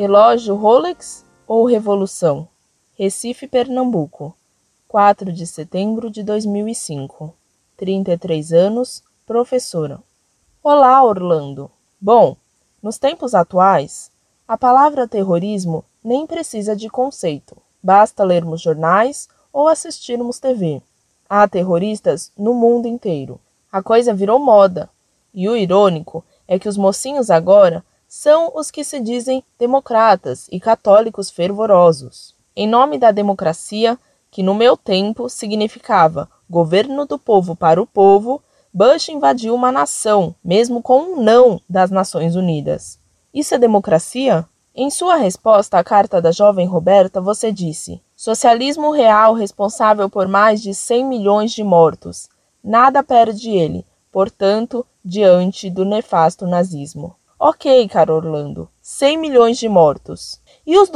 Relógio Rolex ou Revolução? Recife, Pernambuco, 4 de setembro de 2005. 33 anos, professora. Olá, Orlando. Bom, nos tempos atuais, a palavra terrorismo nem precisa de conceito. Basta lermos jornais ou assistirmos TV. Há terroristas no mundo inteiro. A coisa virou moda. E o irônico é que os mocinhos agora são os que se dizem democratas e católicos fervorosos. Em nome da democracia, que no meu tempo significava governo do povo para o povo, Bush invadiu uma nação, mesmo com um não das Nações Unidas. Isso é democracia? Em sua resposta à carta da jovem Roberta, você disse: socialismo real responsável por mais de 100 milhões de mortos. Nada perde ele, portanto, diante do nefasto nazismo. Ok, caro Orlando, 100 milhões de mortos. E os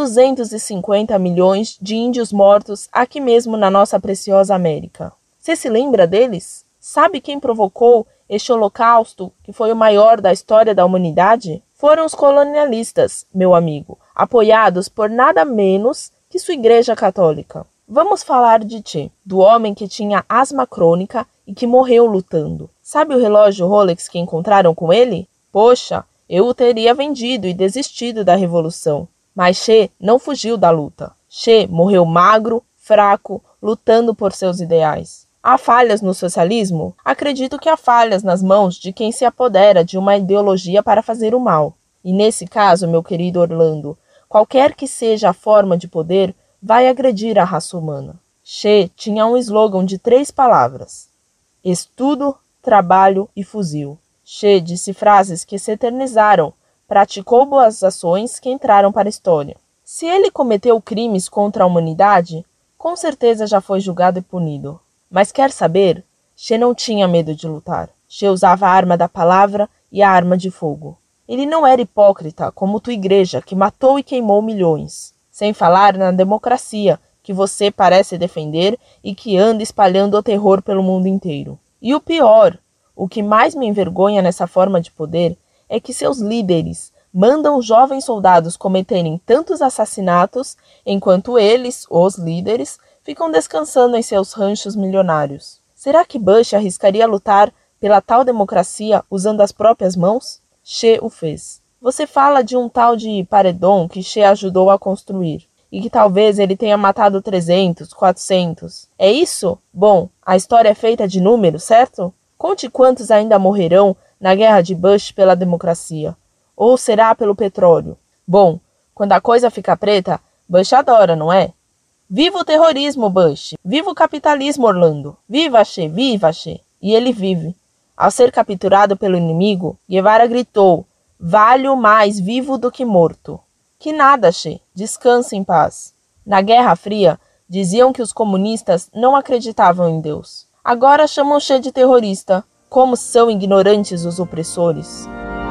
250 milhões de índios mortos aqui mesmo na nossa preciosa América? Você se lembra deles? Sabe quem provocou este holocausto, que foi o maior da história da humanidade? Foram os colonialistas, meu amigo, apoiados por nada menos que sua Igreja Católica. Vamos falar de Che, do homem que tinha asma crônica e que morreu lutando. Sabe o relógio Rolex que encontraram com ele? Poxa, eu o teria vendido e desistido da revolução. Mas Che não fugiu da luta. Che morreu magro, fraco, lutando por seus ideais. Há falhas no socialismo? Acredito que há falhas nas mãos de quem se apodera de uma ideologia para fazer o mal. E nesse caso, meu querido Orlando, qualquer que seja a forma de poder, vai agredir a raça humana. Che tinha um slogan de 3 palavras: estudo, trabalho e fuzil. Che disse frases que se eternizaram, praticou boas ações que entraram para a história. Se ele cometeu crimes contra a humanidade, com certeza já foi julgado e punido. Mas quer saber? Che não tinha medo de lutar. Che usava a arma da palavra e a arma de fogo. Ele não era hipócrita como tua igreja, que matou e queimou milhões. Sem falar na democracia, que você parece defender e que anda espalhando o terror pelo mundo inteiro. E o pior, o que mais me envergonha nessa forma de poder, é que seus líderes mandam os jovens soldados cometerem tantos assassinatos, enquanto eles, os líderes, ficam descansando em seus ranchos milionários. Será que Bush arriscaria lutar pela tal democracia usando as próprias mãos? Che o fez. Você fala de um tal de paredão que Che ajudou a construir, e que talvez ele tenha matado 300, 400. É isso? Bom, a história é feita de números, certo? Conte quantos ainda morrerão na guerra de Bush pela democracia. Ou será pelo petróleo? Bom, quando a coisa fica preta, Bush adora, não é? Viva o terrorismo, Bush! Viva o capitalismo, Orlando! Viva, Che! Viva, Che! E ele vive. Ao ser capturado pelo inimigo, Guevara gritou: valho mais vivo do que morto. Que nada, Che! Descanse em paz. Na Guerra Fria, diziam que os comunistas não acreditavam em Deus. Agora chamam Che de terrorista. Como são ignorantes os opressores!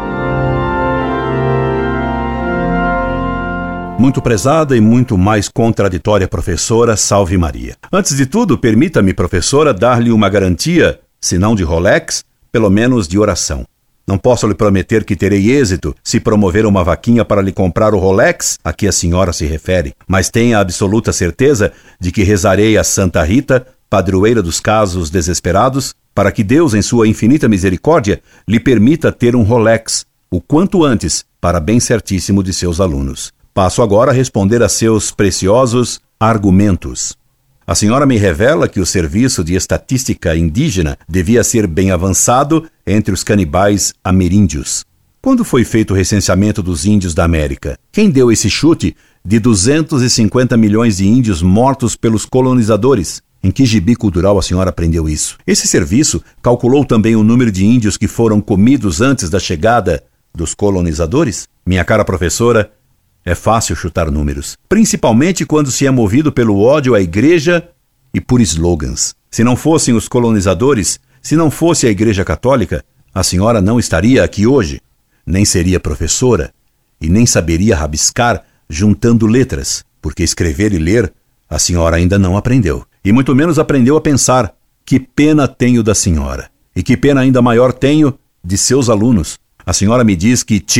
Muito prezada e muito mais contraditória professora, salve Maria. Antes de tudo, permita-me, professora, dar-lhe uma garantia, se não de Rolex, pelo menos de oração. Não posso lhe prometer que terei êxito se promover uma vaquinha para lhe comprar o Rolex a que a senhora se refere, mas tenha absoluta certeza de que rezarei a Santa Rita, padroeira dos casos desesperados, para que Deus, em sua infinita misericórdia, lhe permita ter um Rolex, o quanto antes, para bem certíssimo de seus alunos. Passo agora a responder a seus preciosos argumentos. A senhora me revela que o serviço de estatística indígena devia ser bem avançado entre os canibais ameríndios. Quando foi feito o recenseamento dos índios da América? Quem deu esse chute de 250 milhões de índios mortos pelos colonizadores? Em que gibi cultural a senhora aprendeu isso? Esse serviço calculou também o número de índios que foram comidos antes da chegada dos colonizadores? Minha cara professora, é fácil chutar números, principalmente quando se é movido pelo ódio à igreja e por slogans. Se não fossem os colonizadores, se não fosse a Igreja Católica, a senhora não estaria aqui hoje, nem seria professora e nem saberia rabiscar juntando letras, porque escrever e ler a senhora ainda não aprendeu. E muito menos aprendeu a pensar. Que pena tenho da senhora. E que pena ainda maior tenho de seus alunos. A senhora me diz que Che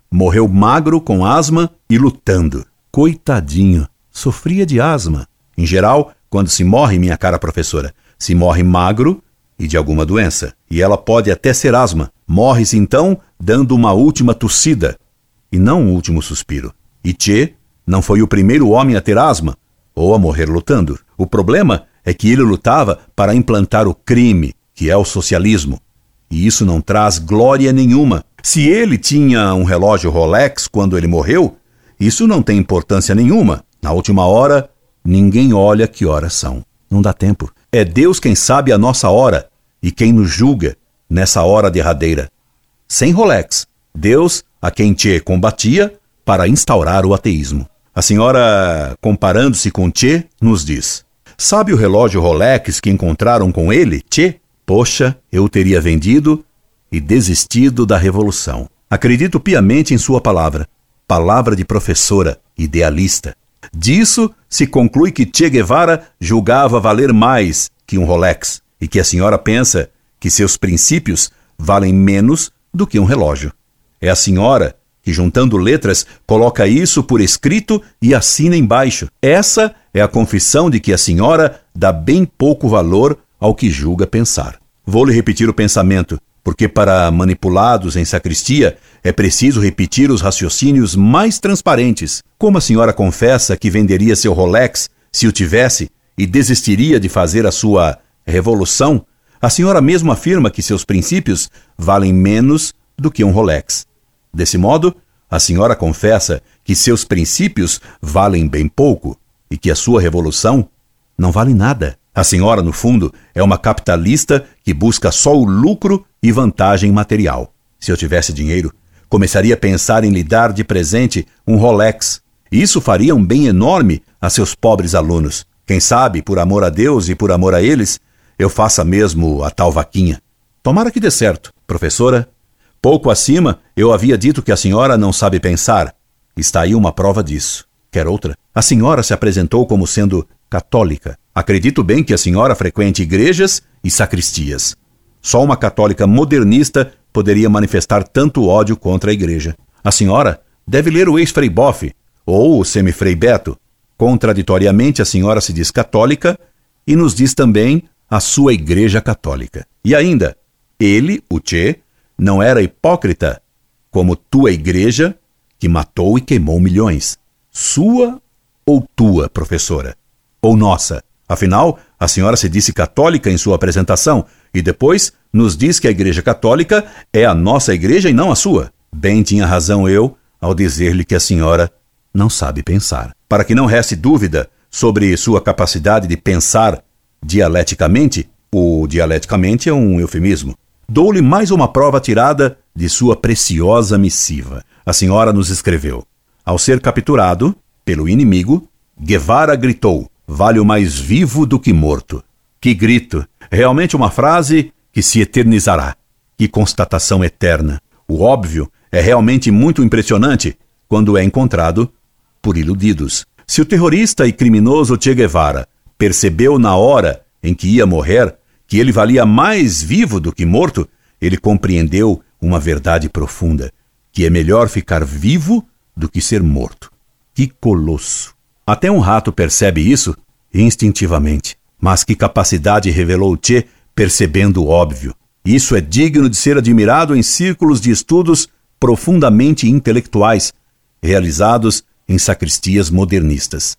Morreu magro, com asma e lutando. Coitadinho, sofria de asma. Em geral, quando se morre, minha cara professora, se morre magro e de alguma doença. E ela pode até ser asma. Morre-se então dando uma última tossida e não um último suspiro. E Che não foi o primeiro homem a ter asma ou a morrer lutando. O problema é que ele lutava para implantar o crime, que é o socialismo. E isso não traz glória nenhuma. Se ele tinha um relógio Rolex quando ele morreu, isso não tem importância nenhuma. Na última hora, ninguém olha que horas são. Não dá tempo. É Deus quem sabe a nossa hora e quem nos julga nessa hora derradeira. Sem Rolex, Deus a quem Che combatia para instaurar o ateísmo. A senhora, comparando-se com Che, nos diz: sabe o relógio Rolex que encontraram com ele, Che? Poxa, eu teria vendido e desistido da revolução. Acredito piamente em sua palavra. Palavra de professora, idealista. Disso se conclui que Che Guevara julgava valer mais que um Rolex e que a senhora pensa que seus princípios valem menos do que um relógio. É a senhora que, juntando letras, coloca isso por escrito e assina embaixo. Essa é a confissão de que a senhora dá bem pouco valor ao que julga pensar. Vou lhe repetir o pensamento, porque para manipulados em sacristia é preciso repetir os raciocínios mais transparentes. Como a senhora confessa que venderia seu Rolex se o tivesse e desistiria de fazer a sua revolução, a senhora mesmo afirma que seus princípios valem menos do que um Rolex. Desse modo, a senhora confessa que seus princípios valem bem pouco e que a sua revolução não vale nada. A senhora, no fundo, é uma capitalista que busca só o lucro e vantagem material. Se eu tivesse dinheiro, começaria a pensar em lhe dar de presente um Rolex. Isso faria um bem enorme a seus pobres alunos. Quem sabe, por amor a Deus e por amor a eles, eu faça mesmo a tal vaquinha. Tomara que dê certo, professora. Pouco acima, eu havia dito que a senhora não sabe pensar. Está aí uma prova disso. Quer outra? A senhora se apresentou como sendo católica. Acredito bem que a senhora frequente igrejas e sacristias. Só uma católica modernista poderia manifestar tanto ódio contra a igreja. A senhora deve ler o ex-frei Boff ou o semi-frei Beto. Contraditoriamente, a senhora se diz católica e nos diz também a sua igreja católica. E ainda, ele, o Che, não era hipócrita como tua igreja, que matou e queimou milhões. Sua ou tua, professora? Ou nossa? Afinal, a senhora se disse católica em sua apresentação e depois nos diz que a igreja católica é a nossa igreja e não a sua. Bem tinha razão eu ao dizer-lhe que a senhora não sabe pensar. Para que não reste dúvida sobre sua capacidade de pensar dialeticamente, o dialeticamente é um eufemismo, dou-lhe mais uma prova tirada de sua preciosa missiva. A senhora nos escreveu: ao ser capturado pelo inimigo, Guevara gritou: vale o mais vivo do que morto. Que grito! Realmente uma frase que se eternizará. Que constatação eterna! O óbvio é realmente muito impressionante quando é encontrado por iludidos. Se o terrorista e criminoso Che Guevara percebeu na hora em que ia morrer que ele valia mais vivo do que morto, ele compreendeu uma verdade profunda, que é melhor ficar vivo do que ser morto. Que colosso! Até um rato percebe isso instintivamente. Mas que capacidade revelou Che percebendo o óbvio. Isso é digno de ser admirado em círculos de estudos profundamente intelectuais, realizados em sacristias modernistas.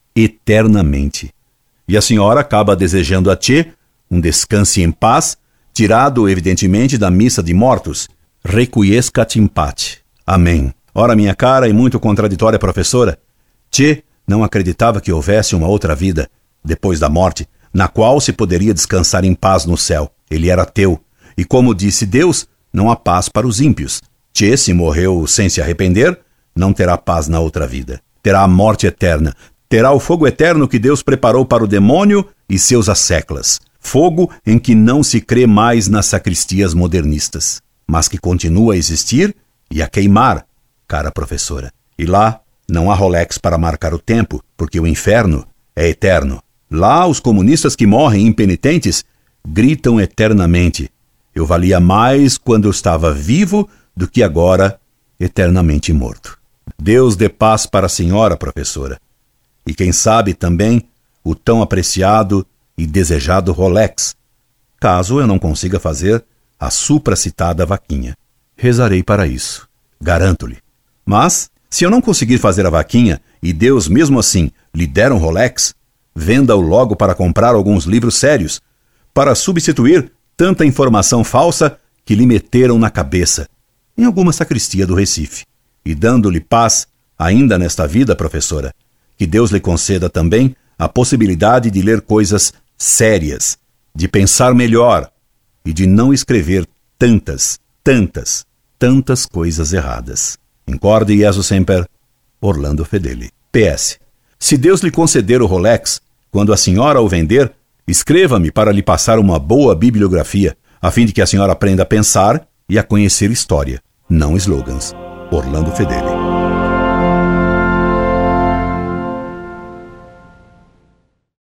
Eternamente. E a senhora acaba desejando a Che um descanse em paz, tirado evidentemente da missa de mortos. Requiescat in pace. Amém. Ora, minha cara e muito contraditória professora, Che não acreditava que houvesse uma outra vida, depois da morte, na qual se poderia descansar em paz no céu. Ele era ateu. E como disse Deus, não há paz para os ímpios. Che, se morreu sem se arrepender, não terá paz na outra vida. Terá a morte eterna. Terá o fogo eterno que Deus preparou para o demônio e seus asseclas. Fogo em que não se crê mais nas sacristias modernistas, mas que continua a existir e a queimar, cara professora. E lá não há Rolex para marcar o tempo, porque o inferno é eterno. Lá os comunistas que morrem impenitentes gritam eternamente: eu valia mais quando eu estava vivo do que agora eternamente morto. Deus dê paz para a senhora, professora. E quem sabe também o tão apreciado e desejado Rolex, caso eu não consiga fazer a supracitada vaquinha. Rezarei para isso, garanto-lhe. Mas, se eu não conseguir fazer a vaquinha e Deus mesmo assim lhe der um Rolex, venda-o logo para comprar alguns livros sérios, para substituir tanta informação falsa que lhe meteram na cabeça, em alguma sacristia do Recife. E dando-lhe paz, ainda nesta vida, professora, que Deus lhe conceda também a possibilidade de ler coisas sérias, de pensar melhor e de não escrever tantas coisas erradas. Incorde Jesus Semper, Orlando Fedeli. PS. Se Deus lhe conceder o Rolex, quando a senhora o vender, escreva-me para lhe passar uma boa bibliografia, a fim de que a senhora aprenda a pensar e a conhecer história, não slogans. Orlando Fedeli.